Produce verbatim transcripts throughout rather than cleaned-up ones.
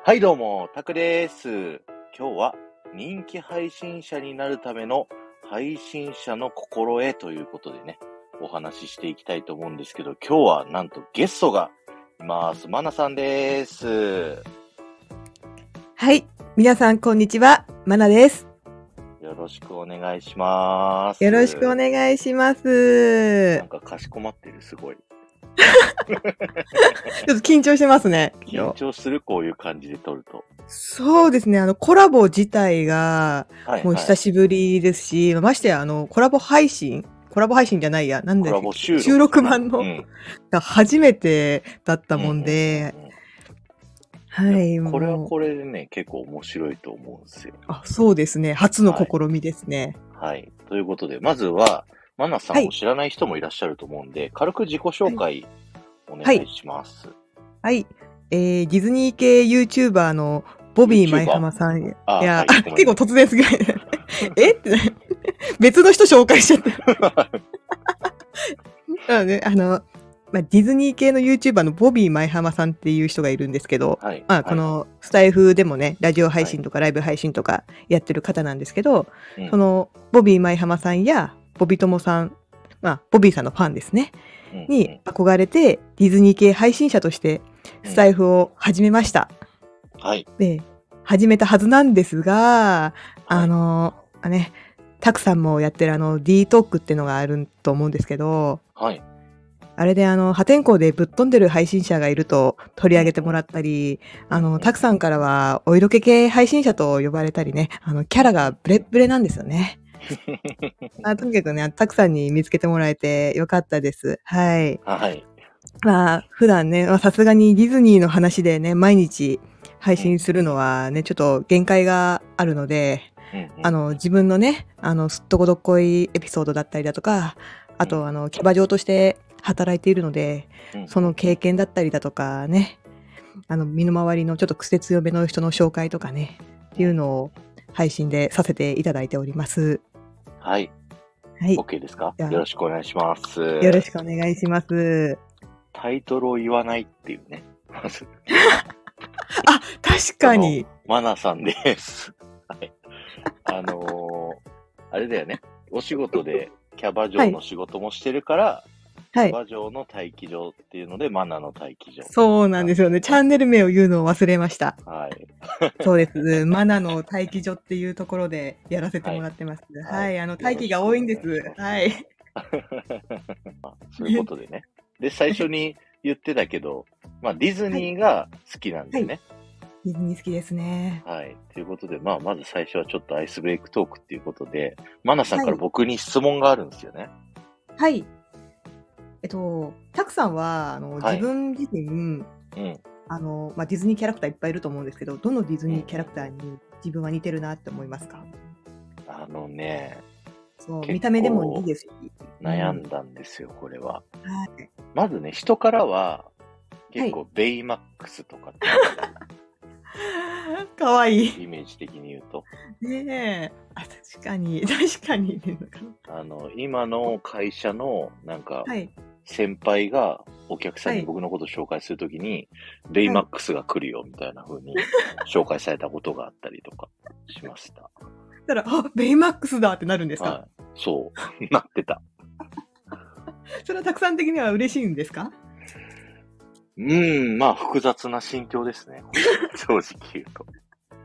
はいどうも、タクです。今日は人気配信者になるための配信者の心得ということでね、お話ししていきたいと思うんですけど、今日はなんとゲストがいます。マナさんです。 はい。皆さん、こんにちは。マナです。 よろしくお願いします。 よろしくお願いします。 なんかかしこまってる、すごい。 ちょっと緊張してますね。 緊張する、こういう感じで撮ると。 そうですね。あの、コラボ自体が、もう久しぶりですし、はいはい、ましてや、あの、コラボ配信コラボ配信じゃないや。なんで、 コラボ収録、 収録版の、うん、が初めてだったもんで、 うんうんうんうん、 はい。 これはこれでね、結構面白いと思うんですよ。 あ、そうですね。初の試みですね。 はい。はい、ということで、まずは、マナさんを知らない人もいらっしゃると思うんで、はい、軽く自己紹介お願いします。 はい。はい、えー、ディズニー系 YouTuber のボビー舞浜さんや、 あ、 いや、 はい、 結構突然すぎない。えって別の人紹介しちゃった。なので、あの、まあ、ディズニー系の YouTuber のボビー舞浜さんっていう人がいるんですけど、はい、まあ、このスタイフでもね、ラジオ配信とかライブ配信とかやってる方なんですけど、はい、その、ボビー舞浜さんや、ボビトモさん、まあ、ボビーさんのファンですね、うん、に憧れて、ディズニー系配信者として、スタイフを始めました。 うん、はい。 で、始めたはずなんですが、あの、はい、ね、たくさんもやってるあの D トークっていうのがあると思うんですけど、 はい。 あれであの破天荒でぶっ飛んでる配信者がいると取り上げてもらったり、うん、あの、たくさんからはお色気系配信者と呼ばれたりね、あの、キャラがブレッブレなんですよね。あとにかくね、たくさんに見つけてもらえてよかったです。はい。 はい。 まあ、普段ね、さすがにディズニーの話でね、毎日配信するのはね、ちょっと限界があるので、うんうん、あの、自分のね、あの、すっとこどっこいエピソードだったりだとか、あと、あの、キャバ嬢として働いているので、その経験だったりだとかね、あの、身の回りのちょっと癖強めの人の紹介とかね、っていうのを配信でさせていただいております。 はい。はい。OK ですか？よろしくお願いします。 よろしくお願いします。 タイトルを言わないっていうね。まず。 あ、確かに。 マナさんです。はい。あのー、あれだよね。お仕事でキャバ嬢の仕事もしてるから、はい、キャバ嬢の待機場っていうので、マナの待機場。 そうなんですよね。チャンネル名を言うのを忘れました。 はい。 そうです。マナの待機所っていうところでやらせてもらってます。はい。はい、あの、待機が多いんです。はい。 そういうことでね。で、最初に言ってたけど、まあ、ディズニーが好きなんですね。はいはい、ディズニー好きですね。 はい。ということで、まあ、まず最初はちょっとアイスブレイクトークっていうことで、マナさんから僕に質問があるんですよね。 はい。えっと、タクさんは、あの、はい、自分自身、うん、あの、まあ、ディズニーキャラクターいっぱいいると思うんですけど、どのディズニーキャラクターに自分は似てるなって思いますか？ あのね、 そう、見た目でもいいですし。 悩んだんですよ、うん、これは。はい。まずね、人からは、結構、ベイマックスとかって、 はい、かわいい。 イメージ的に言うと。 ねえ。あ、確かに、確かに。 あの、今の会社の、なんか、はい先輩がお客さんに僕のことを紹介するときに、はい、ベイマックスが来るよみたいな風に紹介されたことがあったりとかしました。 だから、あ、ベイマックスだってなるんですか？ はい、そう、なってた。 それはたくさん的には嬉しいんですか？ うーん、まあ複雑な心境ですね。正直言うと。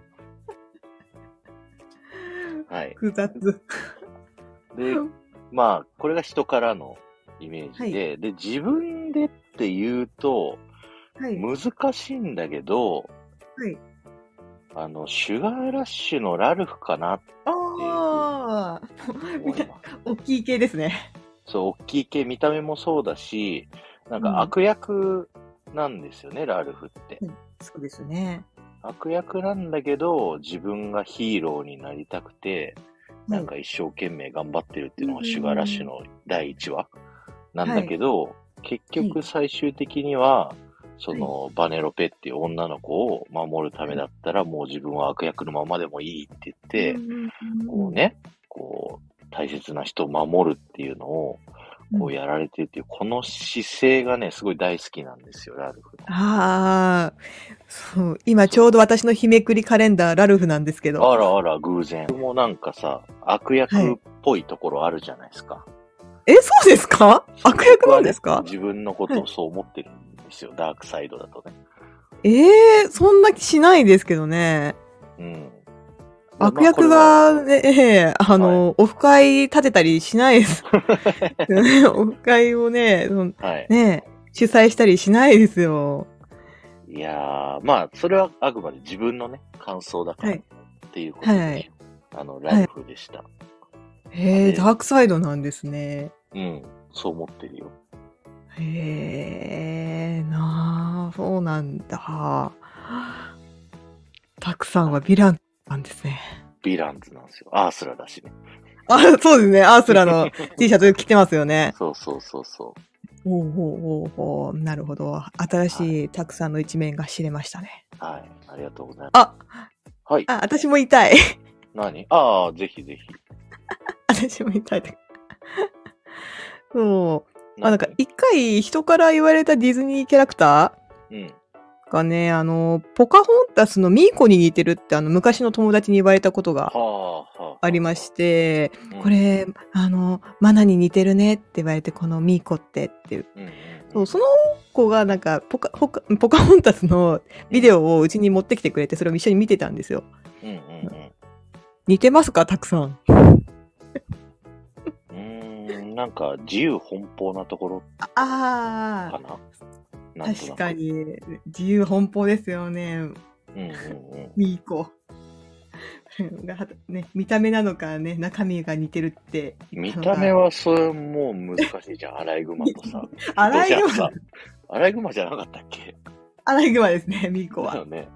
はい。 複雑。 で、まあ、これが人からのイメージで、はい、で、自分でって言うと、はい、難しいんだけど、はい、あの、シュガーラッシュのラルフかなっていう。 ああ、大きい系ですね。 そう、大きい系、見た目もそうだし、なんか悪役なんですよね、うん、ラルフって、 うん。そうですね。 悪役なんだけど、自分がヒーローになりたくて、なんか一生懸命頑張ってるっていうのがシュガーラッシュのだいいちわ。なんだけど、はい、結局最終的には、はい、その、バネロペっていう女の子を守るためだったら、もう自分は悪役のままでもいいって言って、こうね、こう、大切な人を守るっていうのを、 こうやられてるっていう、この姿勢がね、すごい大好きなんですよ、ラルフの。 ああ、そう、今ちょうど私の日めくりカレンダー、ラルフなんですけど。 あらあら、偶然。もうなんかさ、悪役っぽいところあるじゃないですか。 え、そうですか？悪役なんですか？ 僕はね、自分のことをそう思ってるんですよ、ダークサイドだとね。 ええー、そんな気しないですけどね。 うん。 悪役がね、ええ、あの、はい、オフ会立てたりしないです。オフ会をね、はい、ね、主催したりしないですよ。 いやー、まあ、それはあくまで自分のね、感想だからっていうことで、はい、あの、ラルフでした。はい、 へえ、ダークサイドなんですね。 うん、そう思ってるよ。 へえ、なあ、そうなんだ。たくさんはヴィランなんですね。 ヴィランズなんですよ。アースラだしね。 あ、そうですね。アースラの T シャツ着てますよね。 そうそうそうそう。 おうほうほうほう。なるほど。新しいたくさんの一面が知れましたね。 はい。ありがとうございます。 あ、 はい。 あ、私も言いたい。 何？ああ、ぜひぜひ。 私も言いたい。そう。あ、なんか一回人から言われたディズニーキャラクター、うんがね、あの、ポカホンタスのミーコに似てるってあの昔の友達に言われたことがありまして、はあはあはあ、これ、あの、マナに似てるねって言われて、このミーコってっていう。うんうんうん、そう、その子がなんかポカ、ポカ、ポカホンタスのビデオをうちに持ってきてくれて、それを一緒に見てたんですよ。うんうんうん、似てますか、たくさん。 うーん、なんか自由奔放なところかな。 ああ。確かに、自由奔放ですよね。うんうんうん。ミーコ。がね、見た目なのかね、中身が似てるって。 見た目はそれもう難しいじゃん、アライグマとさ。 アライグマアライグマじゃなかったっけ？ アライグマですね、ミーコは。 だよね。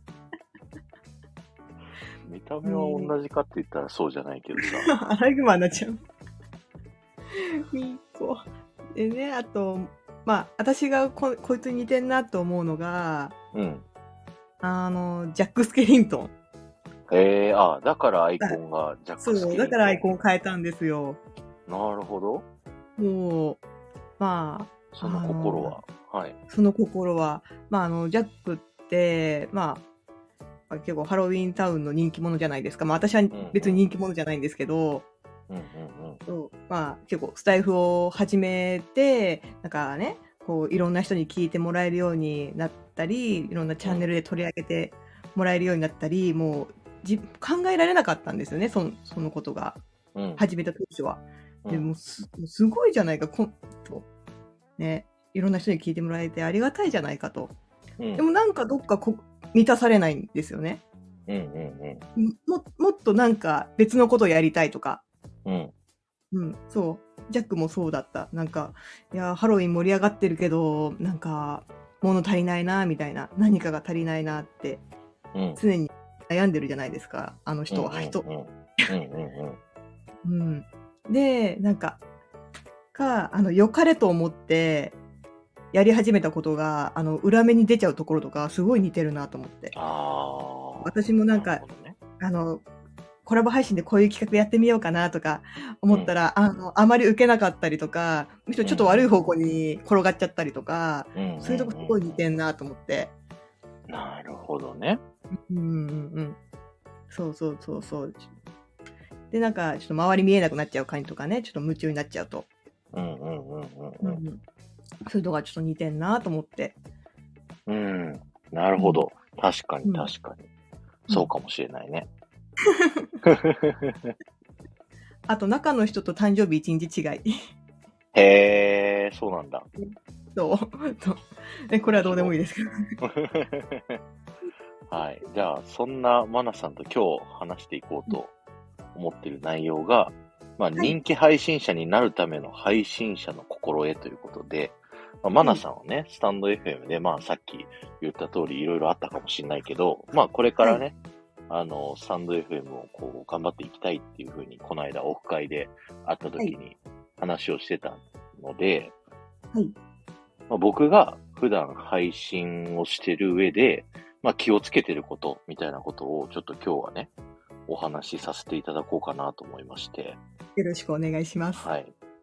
見た目は同じかって言ったらそうじゃないけどさ。 アライグマになっちゃう。ミーコ。でね、あと、まあ、私が こ, こいつに似てんなと思うのが、うん。あの、ジャック・スケリントン。 へえー、あ、だからアイコンがジャック・スケリントン。 そう、だからアイコンを変えたんですよ。 なるほど。 もう、まあ。 その心ははい。 その心は、まあ、あの、ジャックって、まあ、結構ハロウィンタウンの人気者じゃないですか。まあ、私は別に人気者じゃないんですけど、うんうんうん、そうまあ結構スタイフを始めてなんかねこういろんな人に聞いてもらえるようになったりいろんなチャンネルで取り上げてもらえるようになったり、うん、もうじ考えられなかったんですよね そ, そのことが、うん、始めた当初は、うん、でも す, すごいじゃないかこと、ね、いろんな人に聞いてもらえてありがたいじゃないかと、うん、でもなんかどっかこ満たされないんですよね、うんうんうん、も, もっとなんか別のことをやりたいとかうん。うん、そう。ジャックもそうだった。なんか、いや、ハロウィン盛り上がってるけど、なんか、物足りないな、みたいな。何かが足りないなって、うん、常に悩んでるじゃないですか。あの人は、人。うん。で、なんか、か、あの、良かれと思って、やり始めたことが、あの、裏目に出ちゃうところとか、すごい似てるなと思って。あ私もなんか、ね、あの、コラボ配信でこういう企画やってみようかなとか思ったら、うん、あの、あまり受けなかったりとか、むしろちょっと悪い方向に転がっちゃったりとか、うん、そういうとこすごい似てんなと思って。 なるほどね。 うんうんうん。そうそうそうそう。で、なんか、ちょっと周り見えなくなっちゃう感じとかね、ちょっと夢中になっちゃうと。うんうんうんうん、うん。そういうのがちょっと似てんなと思って。 うん。なるほど。うん、確かに確かに、うん。そうかもしれないね。 あと中の人と誕生日一日違い。 へー、そうなんだ。 そう。これはどうでもいいですけど。 はい。じゃあ、そんなマナさんと今日話していこうと思っている内容が、まあ、人気配信者になるための配信者の心得ということで、まあ、マナさんはね、はい、スタンド エフエム で、まあ、さっき言った通りいろいろあったかもしれないけど、まあ、これからね、はい、あの、スタンド エフエム をこう、頑張っていきたいっていうふうに、この間オフ会で会った時に話をしてたので、はい。まあ、僕が普段配信をしてる上で、まあ、気をつけてることみたいなことをちょっと今日はね、お話しさせていただこうかなと思いまして。 よろしくお願いします。 はい。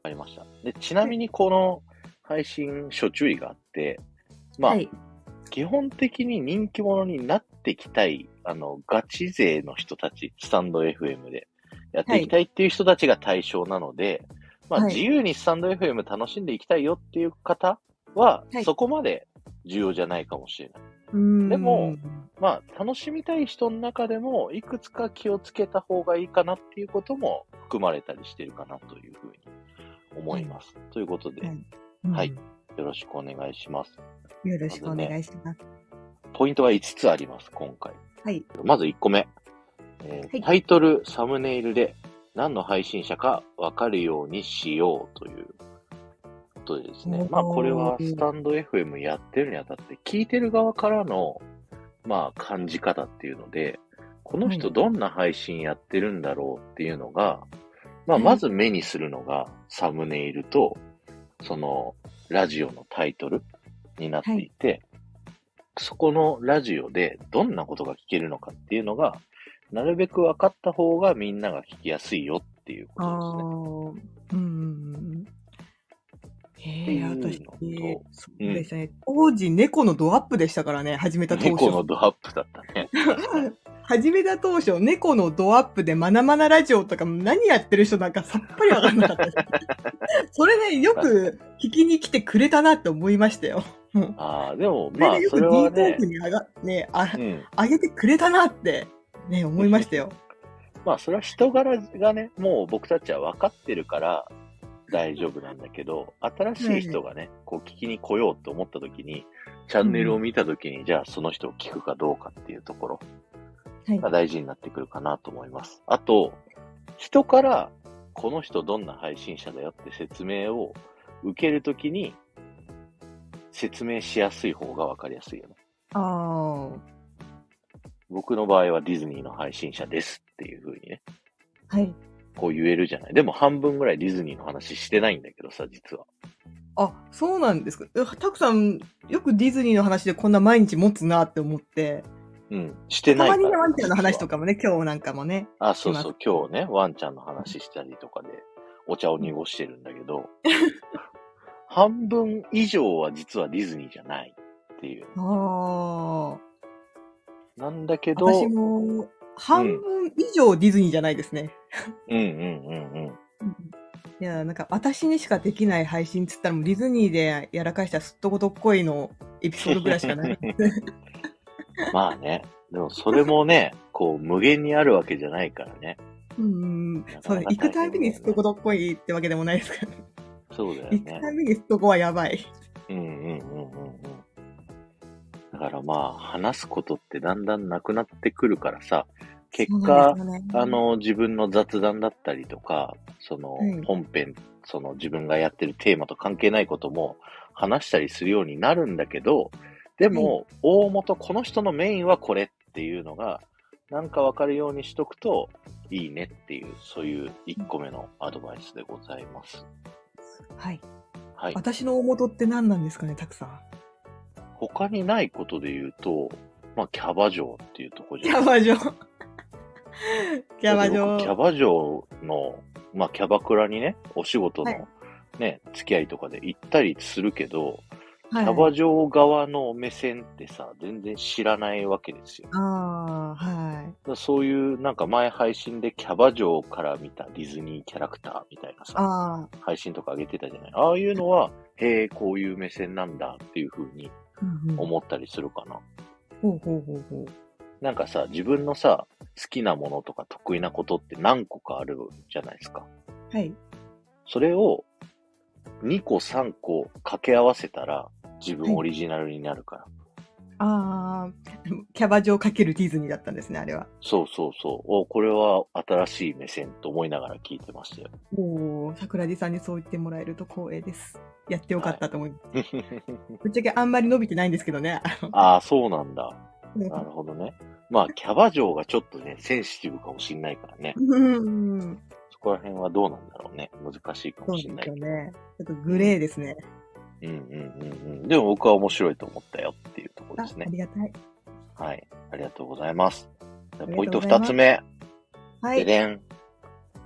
ありました。で、ちなみにこの配信諸注意があって、まあ、 はい。 基本的に人気者になってきたい、あの、ガチ勢の人たち、スタンド エフエム でやっていきたいっていう人たちが対象なので、まあ、 はい自由にスタンド エフエム 楽しんでいきたいよっていう方は、 はいそこまで重要じゃないかもしれない。 うーん。 でも、まあ、楽しみたい人の中でも、いくつか気をつけた方がいいかなっていうことも含まれたりしてるかなというふうに思います。ということで、 はい。 はいうんよろしくお願いします。 よろしくお願いします。 ポイントはいつつあります、今回。 はい。 まずいっこめ。えーはいタイトル、サムネイルで何の配信者かわかるようにしようということでですねお。ーまあこれはスタンド エフエム やってるにあたって聞いてる側からのまあ感じ方っていうので、この人はいどんな配信やってるんだろうっていうのが、まあはいまず目にするのがサムネイルとそのラジオのタイトルになっていて、そこのラジオでどんなことが聞けるのかっていうのが、なるべく分かった方がみんなが聞きやすいよっていうああことですね。 ー、うんうんうん。へえ、 っていう私のと、 そうでしたね。当時、猫のドアップでしたからね、始めた当初。 猫のドアップだったね。確かに。 始めた当初、猫のドアップでマナマナラジオとか何やってる人なんかさっぱりわかんなかったです。それね、よく聞きに来てくれたなって思いましたよ。うんああ、でも、 それでよくまあそ D れトはねーク、にあが、ね、あ、 うん。 あげてくれたなって、ね、思いましたよ。 まあそれは人柄がね、もう僕たちは分かってるから大丈夫なんだけど、新しい人がね、こう聞きに来ようと思った時に、チャンネルを見た時に、じゃあその人を聞くかどうかっていうところはいが。大事になってくるかなと思います。あと、人からこの人どんな配信者だよって説明を受けるときに、説明しやすい方が分かりやすいよね。 あ僕の場合はディズニーの配信者ですっていう風にね、 あ、はい。 こう言えるじゃない。でも半分ぐらいディズニーの話してないんだけどさ、実は。 あ、そうなんですか。えたくさん、よくディズニーの話でこんな毎日持つなって思って。 うん、してないから。 たまにね、ワンちゃんの話とか。 かもね、今日なんかもね。 あ、そうしますそう、今日ね、ワンちゃんの話したりとかで、お茶を濁してるんだけど、半分以上は実はディズニーじゃないっていう。 ああ。 なんだけど、 私も、半分以上ディズニーじゃないですね。 うんうんうんうん。 いや、なんか私にしかできない配信っつったらもうディズニーでやらかしたすっとこどっこいのエピソードぐらいしかない。 まあね。でもそれもね、こう無限にあるわけじゃないからね。 うん。 なかなかそうね、行くたびに大変だよねすっとこどっこいってわけでもないですから。 そうだよ行くたね。 びにすっとこはやばい。 うんうんうんうんうん。だからまあ、話すことってだんだんなくなってくるからさ、結そうな果ん、ですよねあ、の、自分の雑談だったりとか、そのはい、 本編、その自分がやってるテーマと関係ないことも話したりするようになるんだけど、でも、大元この人のメインはこれっていうのが、なんかわかるようにしとくといいねっていう、そういういっこめのアドバイスでございます。 はい。 はい。 私の大元って何なんですかね、たくさん。 他にないことで言うと、まあ、キャバ嬢っていうところじキゃないャバ嬢。キャバだって僕キャ嬢。 バ嬢の、まあ、キャバクラにね、お仕事のはいね、付き合いとかで行ったりするけど、 はい。 キャバ嬢側の目線ってさ、全然知らないわけですよ。だかああ、はい。 らそういう、なんか前配信でキャバ嬢から見たディズニーキャラクターみたいなさ、 ああ、 配信とか上げてたじゃない。ああいうのは、へえ、こういう目線なんだっていう風にうんうん。 思ったりするかな。 ほうほうほうほう。 なんかさ、自分のさ、好きなものとか得意なことって何個かあるじゃないですか。 はい。 それをにこさんこ掛け合わせたら自分はいオリジナルになるから。 ああ、キャバ嬢かけるディズニーだったんですね、あれは。 そうそうそう。お、これは新しい目線と思いながら聞いてましたよ。 おお、桜地さんにそう言ってもらえると光栄です。やってよかったと思います。ぶっちゃけあんまり伸びてないんですけどね。 ああ、そうなんだ。 うんなるほどね。まあ、キャバ嬢がちょっとね、センシティブかもしんないからね。 うんそこら辺はどうなんだろうね。難しいかそうでもしんないけど。 すよね。ちょっとグレーですね。 うんうんうんうん。でも僕は面白いと思ったよっていうところあ、 ですねあ。りがたい。 はい。ありがとうございます。 りがとうポイントございます二つ目。 はい。 ででん。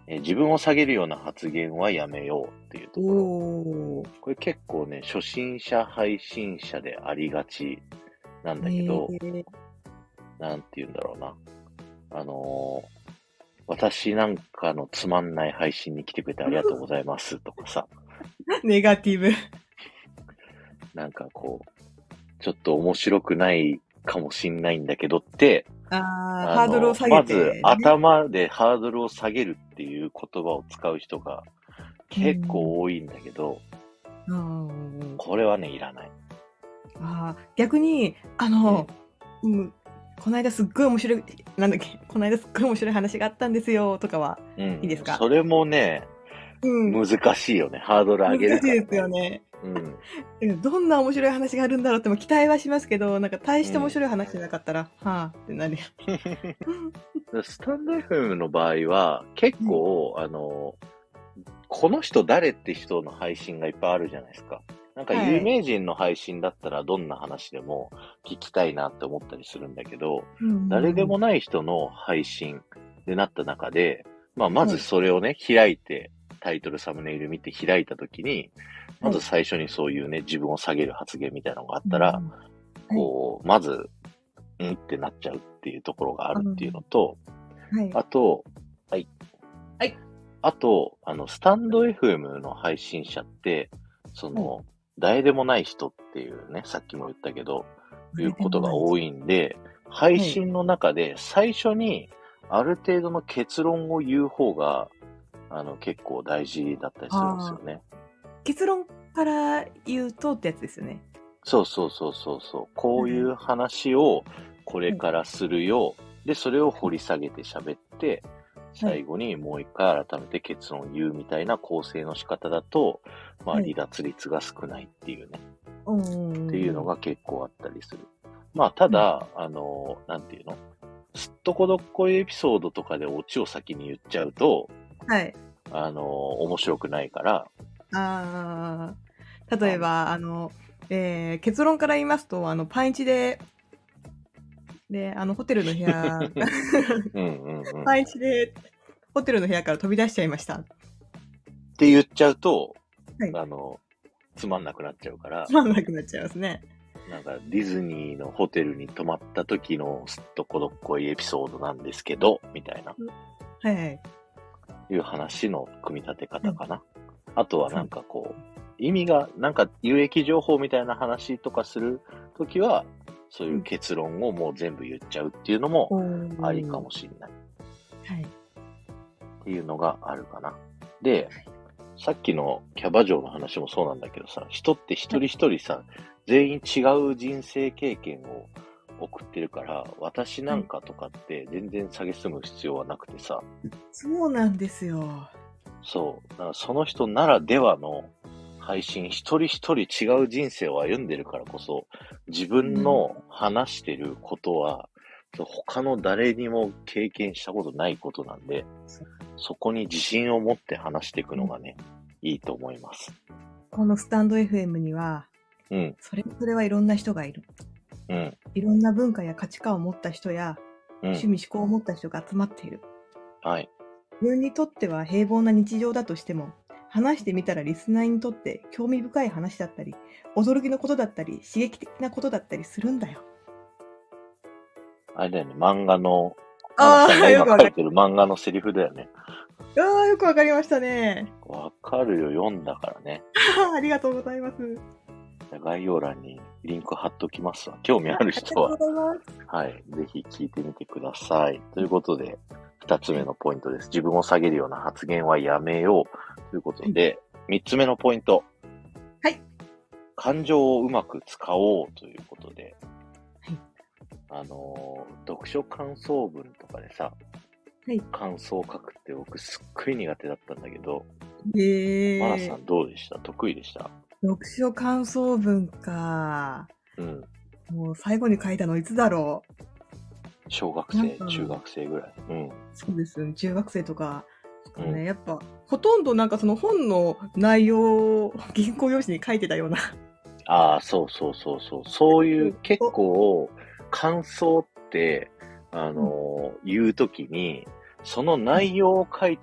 えー自分を下げるような発言はやめようっていうところ。 おー。 これ結構ね、初心者配信者でありがちなんだけど、 えー、 なんて言うんだろうな。あのー私なんかのつまんない配信に来てくれてありがとうございますとかさ、 ネガティブ。 なんかこう、ちょっと面白くないかもしんないんだけどって、 あー、 あハードルをの、 下げて、 まずね。 頭でハードルを下げるっていう言葉を使う人が結うん。 構多いんだけど、 あーこれはね、いらない。 あー、逆に、あうん。 の、うんこの間すっごい面白い、なんだっけ、この間すっごい面白い話があったんですよ、とかは、 ういいでん。 すか？ それもね、 うん。 難しいよね。ハードル上げるから難しいですよね。 ね。 うん。 うんどんな面白い話があるんだろうっても期待はしますけど、なんか大して面うん。 白い話じゃなかったら、はあってなる。 スタンド エフエム の場合は、結構、あの、この人誰って人の配信がいっぱいあるじゃないですか。なんか有はい。 名人の配信だったらどんな話でも聞きたいなって思ったりするんだけど、 うん誰でうんもない人の配信でなった中で、まあまずはい。 それをね、開いて、タイトル、サムネイル見て開いたときに、まずはい。 最初にそういうね、自分を下げる発言みたいなのがあったら、 うんうんはい。 こう、まず、んってなっちゃうっていうところがああるっていうのと、 はい。 あと、はい。 はい。 あと、あの、スタンド エフエム の配信者って、そはい。 の、誰でもない人っていうね、さっきも言ったけど、いう誰でことが多もない人。 いんで、配はい。 信の中で最初にある程度の結論を言う方が、あの、結構大事だったりするんですああ、 よね。 結論から言うとってやつですよね。 そうそうそうそうそう。こういはい。 う話をこれはい。 からするよ。で、それを掘り下げて喋って、 はい。 最後にもう一回改めて結論を言うみたいな構成の仕方だと、まあはい。 離脱率が少ないっていうね、 うんうっていうのんうん。 が結構あったりする。まあたうん。 だ、あの、なんていうのすっとこどっこいエピソードとかでオチを先に言っちゃうと、 はい。 あの、面白くないから、 ああ、例えあの、 ば、あの、えー結論から言いますと、あの、パンイチで、で、あの、ホテルの部屋、 うんうんうん。 パンイチで、ホテルの部屋から飛び出しちゃいました。 って言っちゃうと、 はい。 あの、つまんなくなっちゃうからつ、まんなくなっちゃいますね。 なんかディズニーのホテルに泊まった時のすっとこどっこいエピソードなんですけど、みたいな、 はいはい。 いう話の組み立てうん。 方かな。あとはそう。 なんかこう、意味が、なんか有益情報みたいな話とかするときは、そういううん。 結論をもう全部言っちゃうっていうのもおありかー。 もしれないはい。 っていうのがあるかな。で、さっきのキャバ嬢の話もそうなんだけどさ、人って一人一人さ、全員違う人生経験を送ってるから、私なはい。 んかとかって全然下げすむ必要はなくてさ、 そうなんですよ。 そう。だからその人ならではの配信、一人一人違う人生を歩んでるからこそ、自う分ん。 の話してることは、そう他の誰にも経験したことないことなんで、 そうそこに自信を持って話していくうんのがね、いいと思います。 このスタンド エフエム には、 うん、 それぞれはいろんな人がいる。 うん、 いろんな文化や価値観を持った人や、 うん。 趣味思考を持った人が集まっている。 はい。 自分にとっては平凡な日常だとしても、話してみたらリスナーにとって興味深い話だったり、驚きのことだったり、刺激的なことだったりするんだよ。 あれだよね、漫画の、マナああ、 さんが今よくわかり、 書いてる漫画のセリフだよね。 ああ、よくわかりましたね。 わかるよ、読んだからね。 ありがとうございます。 概要欄にリンク貼っときますわ。興味ああ、ありる人は、 がとうございます。 はい、ぜひ聞いてみてください。ということで、二つ目のポイントです。自分を下げるような発言はやめよう。ということで、三つ目のポイント。 はい。 感情をうまく使おうということで、 はい。 あのー読書感想文とかでさ、 はい。 感想を書くって僕すっごい苦手だったんだけど、 えマナさー、 んどうでした？得意でした？ 読書感想文か。 うん。 もう最後に書いたのいつだろ小学う。なん生、 か、 中学生ぐらい。うん。 そうですね。中学生とかですかうん。 ね。やっぱ、ほとんどなんかその本の内容を原稿用紙に書いてたような。 ああ、そうそうそうそう。そういう結お、 構、感想って、あうん。 のー言うときに、そのはい。 内容を書いちゃうっ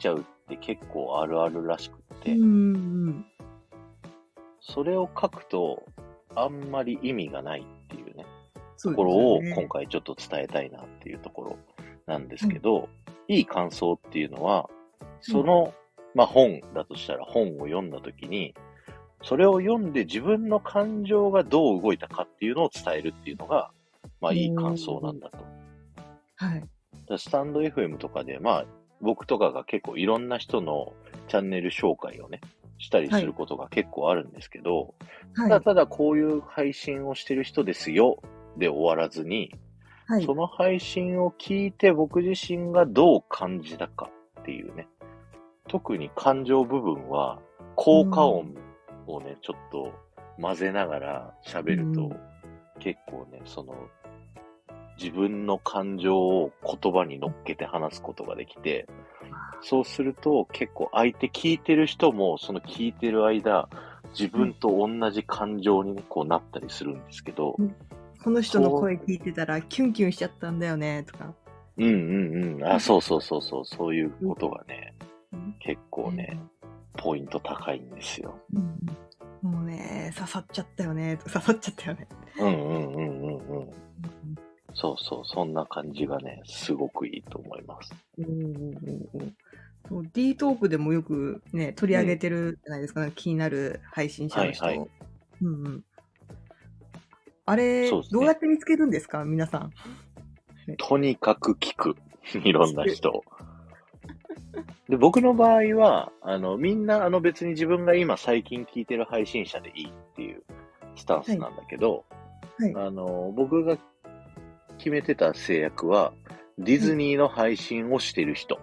って結構あるあるらしくって、 うんうんそれを書くとあんまり意味がないっていうね、 そところうですよね。 を今回ちょっと伝えたいなっていうところなんですけど、いい感想っていうのは、その、まあ本だとしたら本を読んだときに、それを読んで自分の感情がどう動いたかっていうのを伝えるっていうのが、まあいい感想なんだと。 はい。 だからスタンド エフエム とかで、まあ僕とかが結構いろんな人のチャンネル紹介をね、したりすることが結構あるんですけど、 はい。 ただただこういう配信をしてる人ですよで終わらずに、 はい。 その配信を聞いて僕自身がどう感じたかっていうね。特に感情部分は効果音をね、ちょっと混ぜながら喋ると、 うん結構ね、その自分の感情を言葉に乗っけて話すことができて、そうすると結構相手聞いてる人もその聞いてる間、自分と同じ感情に、ね、こうなったりするんですけど、 この人の声聞いてたらキュンキュンしちゃったんだよねとか。 うんうんうん。あ、そうそうそうそう、そういうことがね、結構ね、ポイント高いんですよ。 うん、もうね、刺さっちゃったよね、刺さっちゃったよね。 うんうんうんうんうん。そうそう、そんな感じがね、すごくいいと思います。 うんうんうんそう、D トークでもよくね、取り上げてるじゃないですか、ね、気になる配信者の人。 はいはい。 うんうん、あれ、 そうですね、 どうやって見つけるんですか、皆さん。 とにかく聞く。いろんな人。で、僕の場合は、あの、みんな、あの別に自分が今最近聞いてる配信者でいいっていうスタンスなんだけど、 はいはい、 あの、僕が決めてた制約は、ディズニーの配信をしてる人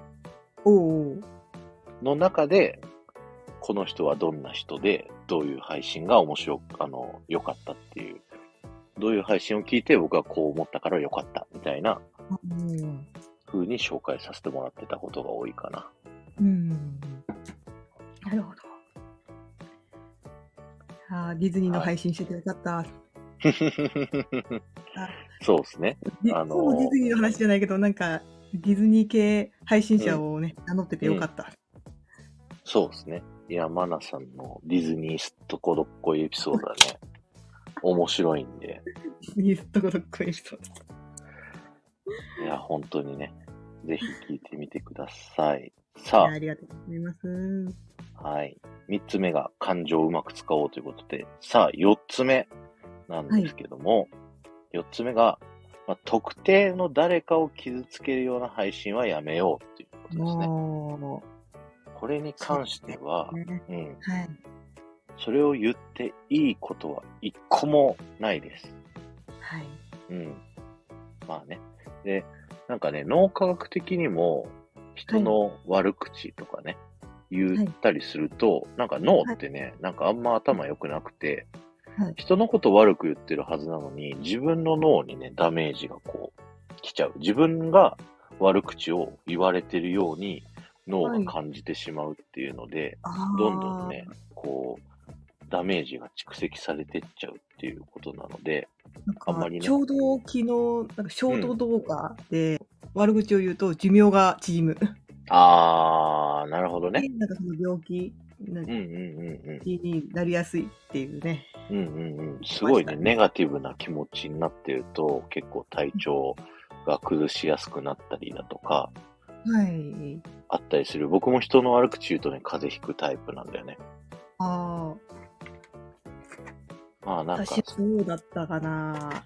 の中で、この人はどんな人で、どういう配信が面白く、あの、良かったっていう、どういう配信を聞いて僕はこう思ったから良かったみたいな風に紹介させてもらってたことが多いかな。 うん。なるほど。あー、ディズニーの配信しててよかった。はい、 そうですね。 あのー、ディズニーの話じゃないけど、なんか、ディズニー系配信者をね、うん、名乗っててよかった。うん、 そうですね。いや、マナさんのディズニーすっとこどっこいエピソードはね、面白いんで。 ディズニーすっとこどっこいエピソード。いや、本当にね、ぜひ聞いてみてください。さあ。 ありがとうございます。 はい。三つ目が感情をうまく使おうということで、さあ、四つ目なんですけども、四、はい、つ目が、まあ、特定の誰かを傷つけるような配信はやめようっていうことですね。これに関しては、ね、うん、はい。それを言っていいことは一個もないです。 はい。 うん。まあね。で、なんかね、脳科学的にも人の悪口とかね、はい、言ったりすると、はい、なんか脳ってね、はい、なんかあんま頭良くなくて、はい、人のこと悪く言ってるはずなのに、自分の脳にね、ダメージがこう、来ちゃう。自分が悪口を言われてるように脳が感じてしまうっていうので、はい、どんどんね、こう、ダメージが蓄積されてっちゃうっていうことなので、 なんかあんまりね。ちょうど昨日、なんかショート動画で悪口を言うと寿命が縮む。うん、 あー、なるほどね。 なんかその病気になりやすいっていうね。 うんうんうん。すごいね、ネガティブな気持ちになってると、結構体調が崩しやすくなったりだとか、 はい。 あったりする。僕も人の悪口言うとね、風邪ひくタイプなんだよね。 ああ。 まあなんか。 私そうだったかな。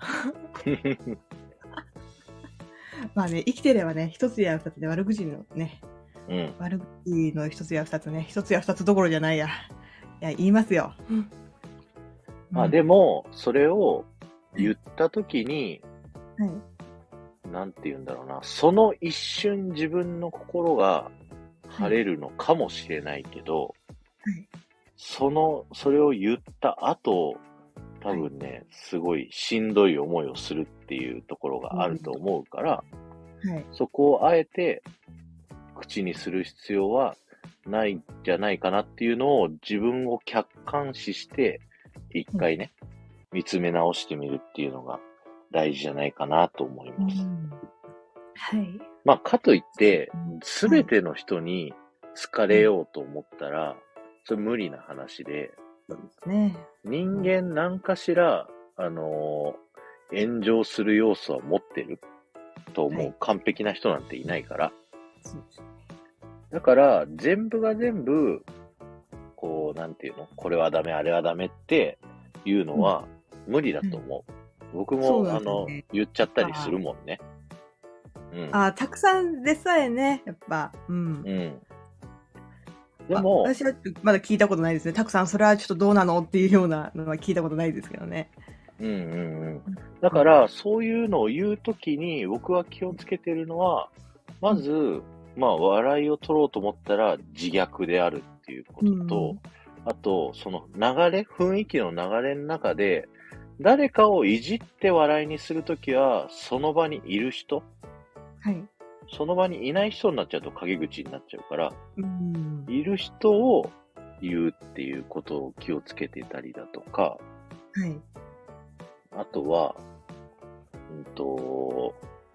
まあね、生きてればね、一つや二つで悪口のね、うん、悪口の一つや二つね、一つや二つどころじゃないや。いや、言いますよ。うん、 まあでも、それを言ったときに、 はい、 なんて言うんだろうな、その一瞬自分の心が晴れるのかもしれないけど、 はい、 その、それを言った後、多分ね、はい、すごいしんどい思いをするっていうところがあると思うから、 うん、はい、 そこをあえて口にする必要はないんじゃないかなっていうのを自分を客観視して一回ね、うん、見つめ直してみるっていうのが大事じゃないかなと思います。うん、 はい。 まあ、かといって、すべての人に好かれようと思ったら、それ無理な話で、 そうですね。 人間何かしら、あのー炎上する要素は持ってると思う、 はい完璧な人なんていないから。 そうですね。 だから、全部が全部、こう、なんていうのこれはダメ、あれはダメっていうのは無理だと思う。僕も、 そうなんあの、 ですよね。 言っちゃったりするもんね。うん。 ああ、たくさんでさえね、やっぱ、うん。 うん。であも、 私はまだ聞いたことないですね。たくさんそれはちょっとどうなのっていうようなのは聞いたことないですけどね。 うんうんうん。だから、そういうのを言うときに、僕は気をつけてるのは、まず、まあ、笑いを取ろうと思ったら自虐であるっていうことと、あと、その流れ、雰囲気の流れの中で、誰かをいじって笑いにするときは、その場にいる人、 はい。 その場にいない人になっちゃうと陰口になっちゃうから、 うん。 いる人を言うっていうことを気をつけてたりだとか、 はい。 あとは、うんと、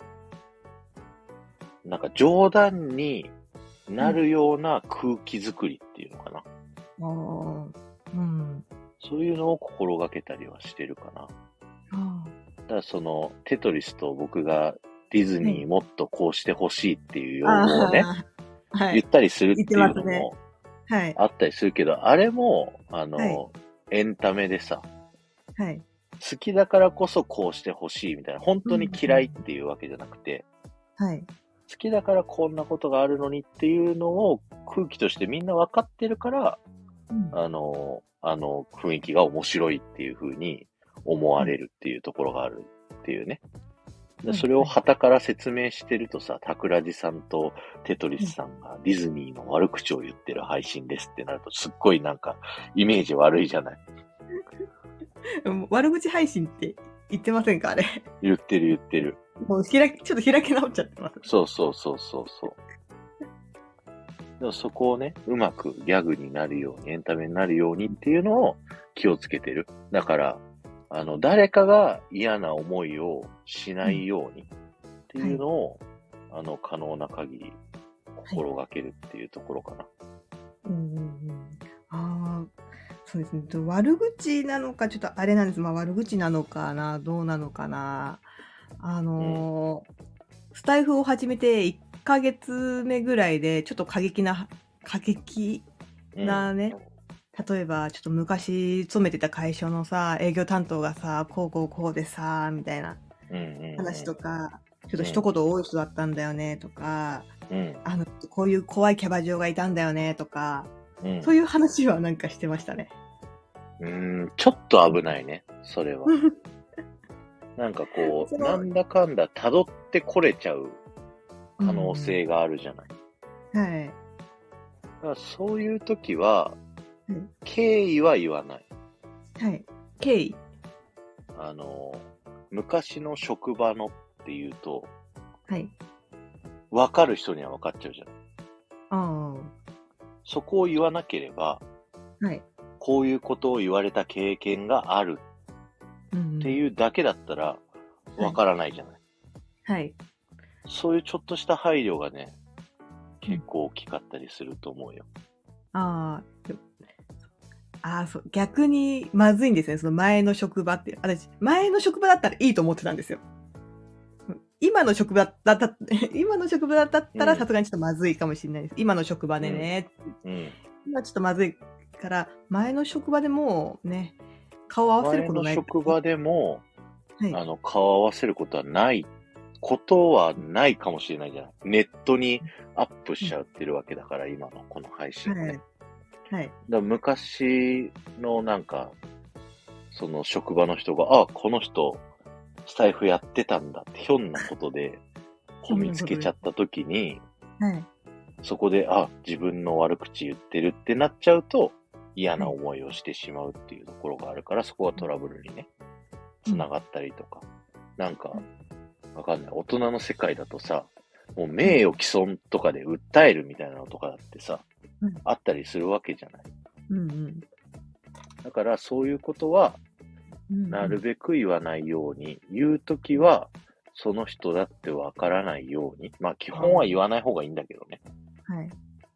なんか冗談になるような空気作りっていうのかな。 ああ。うん。 そういうのを心がけたりはしてるかな。 あだからその、テトリスと僕がディズニーもっとこうしてほしいっていう要あ。 望をね、 ああ。はい。 言ったりするっていうの言ってますねもはい。 あったりするけど、あれも、あの、 はいエンタメでさ、 はい。 好きだからこそこうしてほしいみたいな、本当に嫌いっていうわけじゃなくて、 はい。 好きだからこんなことがあるのにっていうのを空気としてみんな分かってるから、 うんあの、あの雰囲気が面白いっていう風に思われるっていうところがあるっていうね。でそれを旗から説明してるとさ、タクラジさんとテトリスさんがディズニーの悪口を言ってる配信ですってなるとすっごいなんかイメージ悪いじゃない。 うん悪口配信って言ってませんかあれ。 言ってる言ってる。 もう開き、ちょっと開き直っちゃってます。 そうそうそうそうそう。でもそこをね、うまくギャグになるように、エンタメになるようにっていうのを気をつけてる。だから、あの、誰かが嫌な思いをしないようにっていうのを、あの、可能な限り心がけるっていうところかな。 うんうんうん。ああ、そうですね。と悪口なのか、ちょっとあれなんです。まあ悪口なのかな、どうなのかな。あのースタイフを始めていっかげつめぐらいで、ちょっと過激な、過激うん。 なね、例えば、ちょっと昔勤めてた会社のさ、営業担当がさ、こうこうこうでさ、みたいなうんうんうん。 話とか、ちょっと一言多い人だったんだよね、とか、 うん。 あの、こういう怖いキャバ嬢がいたんだよね、とか、 うん。 そういう話はなんかしてましたね。 うーん、ちょっと危ないね、それは。なんかこ、 そうのなんだかんだ辿ってこれちゃう可能性があるじゃない。 はい。 だからそういう時はうん、 経緯は言わない。 はい。経緯。 あの、昔の職場のっていうと、 はい。 分かる人には分かっちゃうじゃん。 あそこを言わなければ、 あ。はい。 こういうことを言われた経験があるうんっていうだけだったら、分からないじゃない。 はい。 そういうちょっとした配慮がね、結構大きかったりすると思うよ。 ああ。でもああ、そう。逆にまずいんですね。その前の職場って。私、前の職場だったらいいと思ってたんですよ。うん今の職場だった、今の職場だったらうんさすがにちょっとまずいかもしれないです。今の職場でね。 うん。 今ちょっとまずいから、前の職場でもうね、顔合わせる前のことない。 職場でも、 はい。 あの、顔を合わせることはない、ことはないかもしれないじゃない。ネットにアップしちゃってるわけだから、今のこの配信はね。 はい。はい。 だから昔のなんか、その職場の人が、あ、この人、スタイフやってたんだって、ひょんなことで、こう見つけちゃった時に、 はい。 そこで、あ、自分の悪口言ってるってなっちゃうと、嫌な思いをしてしまうっていうところがあるから、そこはトラブルにね、つながったりとか。なんか、わかんない。大人の世界だとさ、もう名誉毀損とかで訴えるみたいなのとかだってさ、 うんあったりするわけじゃない。 うんうん。 だからそういうことは、 うんうんなるべく言わないように、言うときは、その人だってわからないように。まあ基本は言わない方がいいんだけどね。 はい。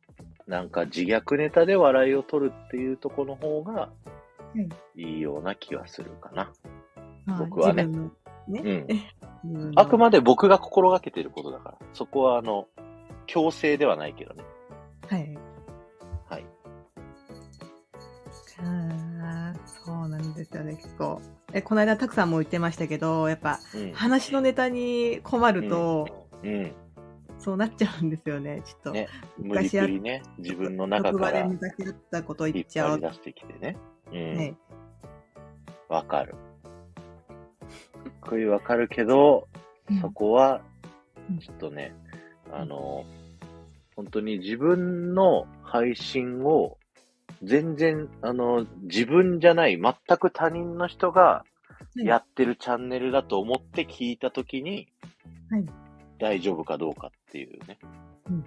なんか自虐ネタで笑いを取るっていうところの方がはいいいような気がするかな。 あ僕はね。 自分のね。 うん。 自分のあくまで僕が心がけてることだから。そこはあの、強制ではないけどね。 はい。 はい。 ああ、そうなんですよね、結構。え、この間、たくさんも言ってましたけど、やっぱ、 うん。 話のネタに困ると、 うん。 そうなっちゃうんですよね、ちょっと。 ね。無理くりね、自分の中から職場で昔だったこと言引っっちゃう。 張り出してきてね。うん。 ね。 わかる。すっごいわかるけど、 うんそこはうん、 ちょっとね、あの、本当に自分の配信を全然、あの、自分じゃない、全く他人の人がやってるチャンネルだと思って聞いたときに、 はい。 大丈夫かどうかっていうね。 うん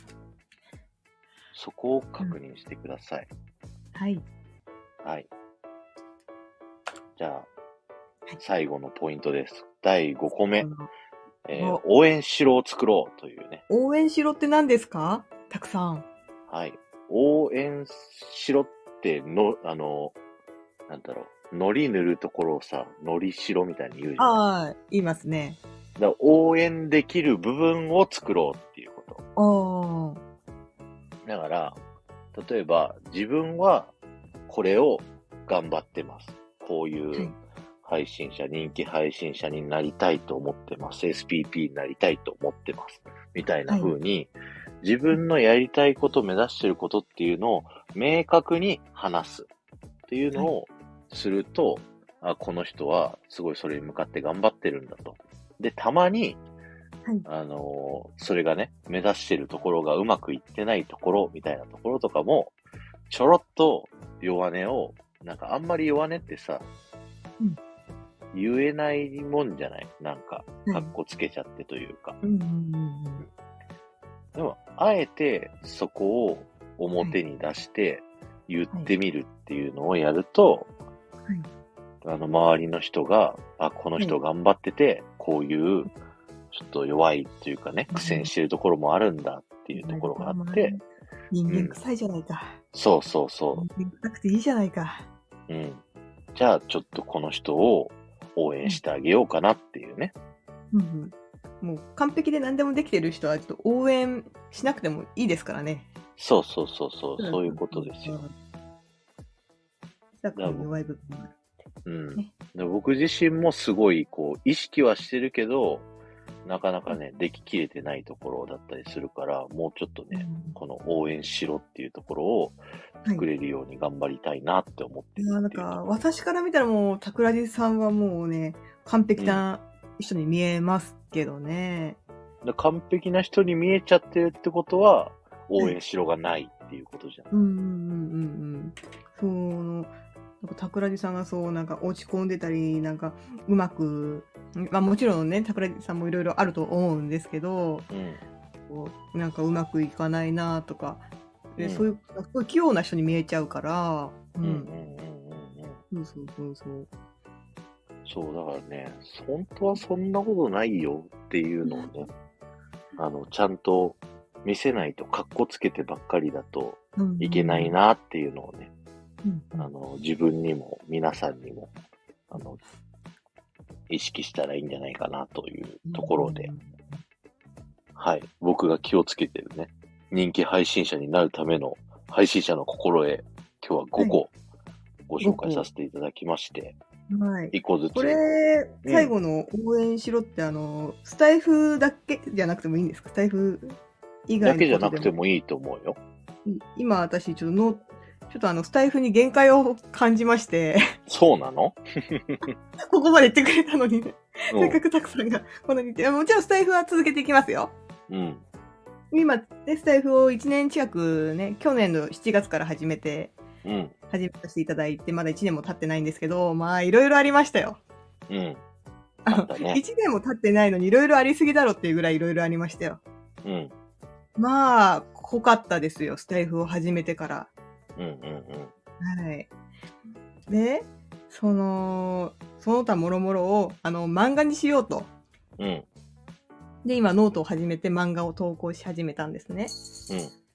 そこを確認してください。 はい。 はい。じゃあ、 はい最後のポイントです。だいごこめあ。のえー応援しろを作ろうというね。 応援しろって何ですか？たくさん。 はい。応援しろっての、あの、なんだろう、海苔塗るところをさ、海苔しろみたいに言うじゃん。 ああ、言いますね。 だから応援できる部分を作ろうっていうこと。 ああ。 だから、例えば自分はこれを頑張ってます。こういはいう配信者、人気配信者になりたいと思ってます。エスピーピー になりたいと思ってます。みたいな風に、自分のやりたいこと、目指してることっていうのを明確に話すっていうのをすると、あ、この人はすごいそれに向かって頑張ってるんだと。で、たまに、 はいあのーそれがね、目指してるところがうまくいってないところみたいなところとかも、ちょろっと弱音を、なんかあんまり弱音ってさ、 うん言えないもんじゃないなんか、 はいかっこつけちゃってというか。 うんうんうんでも、あえてそこを表に出して言ってみるっていうのをやると、 はいあの、周りの人が、あ、この人頑張ってて、こういう、ちょっと弱いっていうかね、 うん苦戦してるところもあるんだっていうところがあって、 人間臭いじゃないか。 そうそうそ人間臭くていいじゃないか。 う。うん。じゃあ、ちょっとこの人を応援してあげようかなっていうね。 うんうん。もう完璧で何でもできてる人はちょっと応援しなくてもいいですからね。 そうそうそうそう、そういうことですよ。。 だから弱い部分がある。 うん。 ねで僕自身もすごい、こう、意識はしてるけど、なかなかね、でききれてないところだったりするから、もうちょっとね、この応援しろっていうところを作れるように頑張りたいなって思ってるいや、なんっていうか、私から見たらもう、桜地さんはもうね、完璧な人に見えますけどね。 で完璧な人に見えちゃってるってことは、応援しろがないっていうことじゃん。 うんうんうんうんうん。その、なんか桜地さんがそう、なんか落ち込んでたり、なんかうまく、まあもちろんね、桜地さんもいろいろあると思うんですけど、 うん。 こうなんかうまくいかないなとか、でうんそういう、すごい器用な人に見えちゃうから、ううんうんうんうんうん。 そうそうそうそう。 そう、だからね、本当はそんなことないよっていうのをね、あの、ちゃんと見せないと、かっこつけてばっかりだといけないなっていうのをね、 うんうん。 あの、自分にも皆さんにも、あの、意識したらいいんじゃないかなというところで、はい。僕が気をつけてるね、人気配信者になるための配信者の心得、今日はごこご紹介させていただきまして、 はい。 いっこずつ。 これ、最後の応援しろって、あの、スタイフだけじゃなくてもいいんですか？スタイフ以外のだけじゃなくても。 もいいと思うよ。 今私、ちょっとの、ちょっとあの、スタイフに限界を感じまして、 そうなのここまで言ってくれたのにね、 うせっかくたくさんがこんなに言って、もちろんスタイフは続けていきますよ。 ん。うん。 今、ね、スタイフをいちねん近くね、去年のしちがつから始めて、 うん。 始めさせていただいて、まだいちねんも経ってないんですけど、まあ、いろいろありましたよ。 うん。 ああったねの、いちねんも経ってないのにいろいろありすぎだろっていうぐらいいろいろありましたよ。 うん。 まあ、濃かったですよ、スタイフを始めてから。 うん。うん。うん。 はい。で、その、その他もろもろを、あの、漫画にしようと。 うん。 で、今、ノートを始めて漫画を投稿し始めたんですね。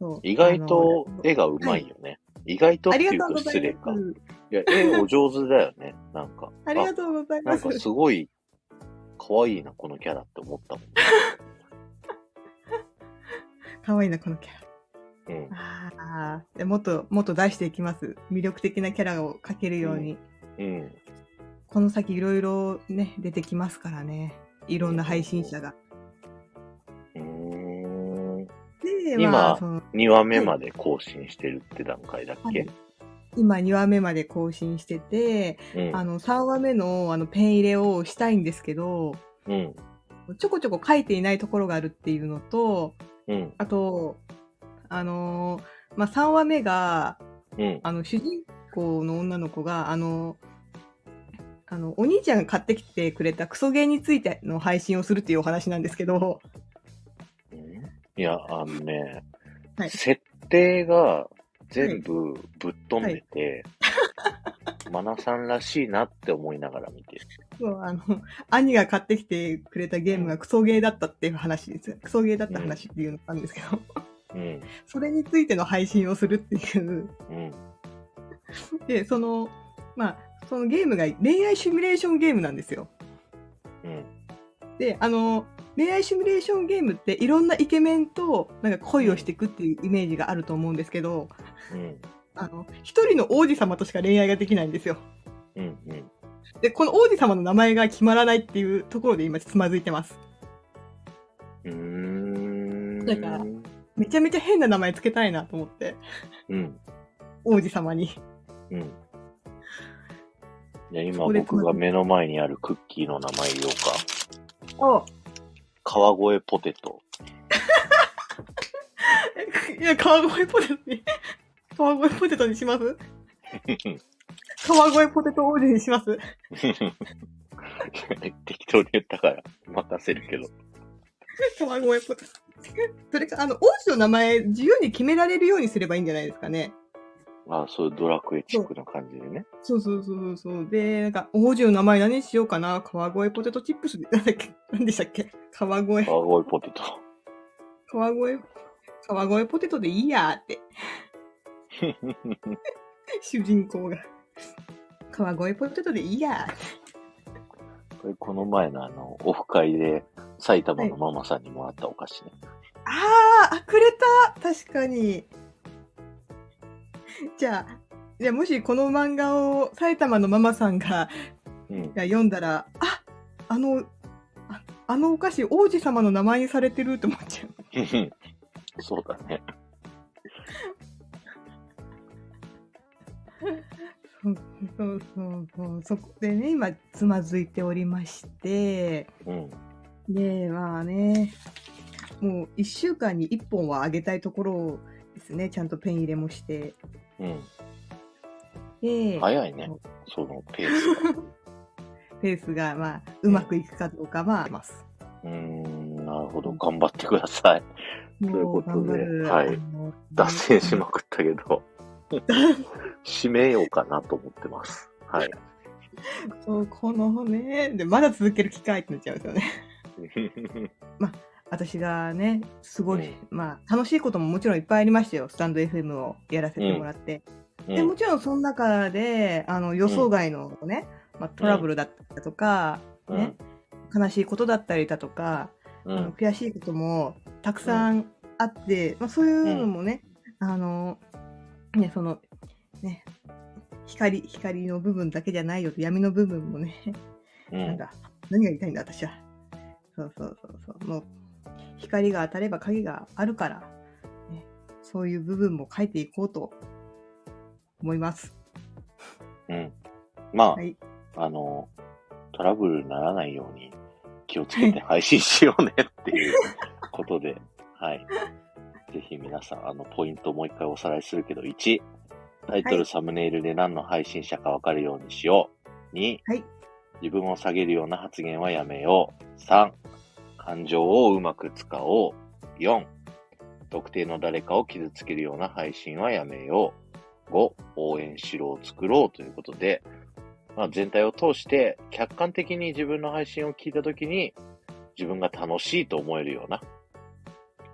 そう。 意外あのと絵がうまいよね。意外とっありていうとがとうござい失礼か。 ます。 いや、絵お上手だよね。なんか。 ありがとうございあ、なんかます。 すごい可愛いな、このキャラって思ったもん。 可愛いな、このキャラ。 うん。 ああ、でもっと、もっと出していきます。魅力的なキャラを描けるように。 うん。 この先いろいろね、出てきますからね。いろんな配信者が。 うーん。 で、 今、 まあ、その、 にわめまで更新してるって段階だっけ、 はい今にわめまで更新してて、 うん。 あの、さんわめのあの、ペン入れをしたいんですけど、 うん。 ちょこちょこ書いていないところがあるっていうのと、 うん。 あと、あのーまあ、さんわめが、 うん。 あの、主人公の女の子が、あの、あの、お兄ちゃんが買ってきてくれたクソゲーについての配信をするっていうお話なんですけど、 いや、あのね、 はい設定が全部ぶっ飛んでて、マナさんらしいなって思いながら見てる。 そうあの、兄が買ってきてくれたゲームがクソゲーだったっていう話ですよ。クソゲーだった話っていうのなんですけど、 うん。 それについての配信をするっていう。 うん。 で、その、まあ、そのゲームが恋愛シミュレーションゲームなんですよ。 うん。 で、あの、恋愛シミュレーションゲームっていろんなイケメンとなんか恋をしていくっていうイメージがあると思うんですけど、 うん。 あの、一人の王子様としか恋愛ができないんですよ。 うん。うん。 で、この王子様の名前が決まらないっていうところで今つまずいてます。 うーん。 だからめちゃめちゃ変な名前つけたいなと思って。 うん。 王子様に。 うん。いや、今そこで僕が目の前にあるクッキーの名前言おうか。 お川越ポテト。 いや、川越ポテトに、川越ポテトにします川越ポテト王子にします適当に言ったから任せるけど。 川越ポテト。それか、あの、王子の名前自由に決められるようにすればいいんじゃないですかね。 ああ、そういうドラクエチックな感じでね。 そうそうそうそう。で、なんか、王子の名前何にしようかな。川越ポテトチップスで、なんだっけ何でしたっけ川越。 川越ポテト。 川越、川越ポテトでいいやーって。主人公が。川越ポテトでいいやーって。 これこの前のあの、オフ会で埼玉のママさんにもらったお菓子ね。 あー、あ、くれた確かに。じゃあ、じゃあもしこの漫画を埼玉のママさんが、 うん、 読んだら、あ、あの、ああのお菓子王子様の名前にされてるって思っちゃう。 そうだね。 そうそうそうそう。そこでね、今、つまずいておりまして、 うん、 で、まあね、もういっしゅうかんにいっぽんはあげたいところですね。ちゃんとペン入れもして。 うん。 で、 早いね、そのペースが。 ペースが、まあ、うまくいくかどうかはあります。 うーん、なるほど。頑張ってください。ということで、はい。脱線しまくったけど、締めようかなと思ってます。はい。 そう、このね、で、まだ続ける機会ってなっちゃうんですよね。まあ、私がね、すごい、うん、まあ、楽しいことももちろんいっぱいありましたよ。スタンド エフエム をやらせてもらって。うん、で、もちろんその中で、あの、予想外のね、うん、まあ、トラブルだったりだとか、うん、ね、悲しいことだったりだとか、うん、あの悔しいこともたくさんあって、うん、まあ、そういうのもね、うん、あの、ね、その、ね、光、光の部分だけじゃないよと、闇の部分もね、うん、なんか、何が言いたいんだ、私は。そうそうそうそう。もう、光が当たれば影があるから、ね、そういう部分も書いていこうと思います。 うん。まあ、はい、あの、トラブルにならないように気をつけて配信しようねっていうことで、はい。ぜひ皆さん、あの、ポイントをもう一回おさらいするけど、いち、タイトル、はい、サムネイルで何の配信者かわかるようにしよう。に、はい、自分を下げるような発言はやめよう。さん、感情をうまく使おう。よん、特定の誰かを傷つけるような配信はやめよう。ご、応援しろを作ろうということで、まあ、全体を通して客観的に自分の配信を聞いたときに自分が楽しいと思えるような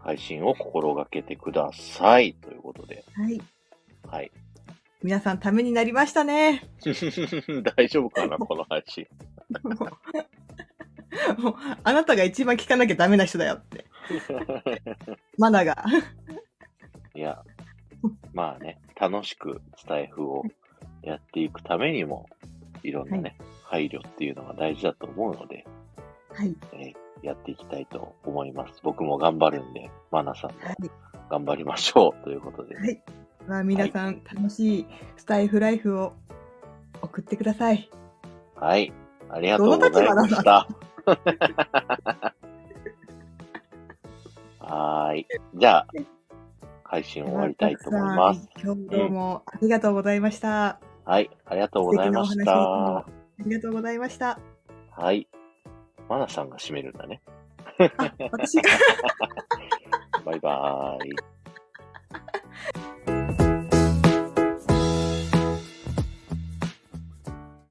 配信を心がけてください。ということで。 はい。 はい。 皆さんためになりましたね。 大丈夫かな、この配信。 もう、あなたが一番聞かなきゃダメな人だよって。マナが。 いや、まあね、楽しくスタイフをやっていくためにも、いろんなね、はい、配慮っていうのが大事だと思うので、 はい。 えー、やっていきたいと思います。僕も頑張るんで、マナさんも頑張りましょう、ということで。 はい。まあ、皆さん、楽しいスタイフライフを送ってください。 はい。ありがとうございました。はーい。じゃあ、配信終わりたいと思います。 今日どうもありがとうございました。 うん、はい。ありがとうございました。 ありがとうございました。 はい。マナさんが締めるんだね。 あ、私が。 バイバーイ。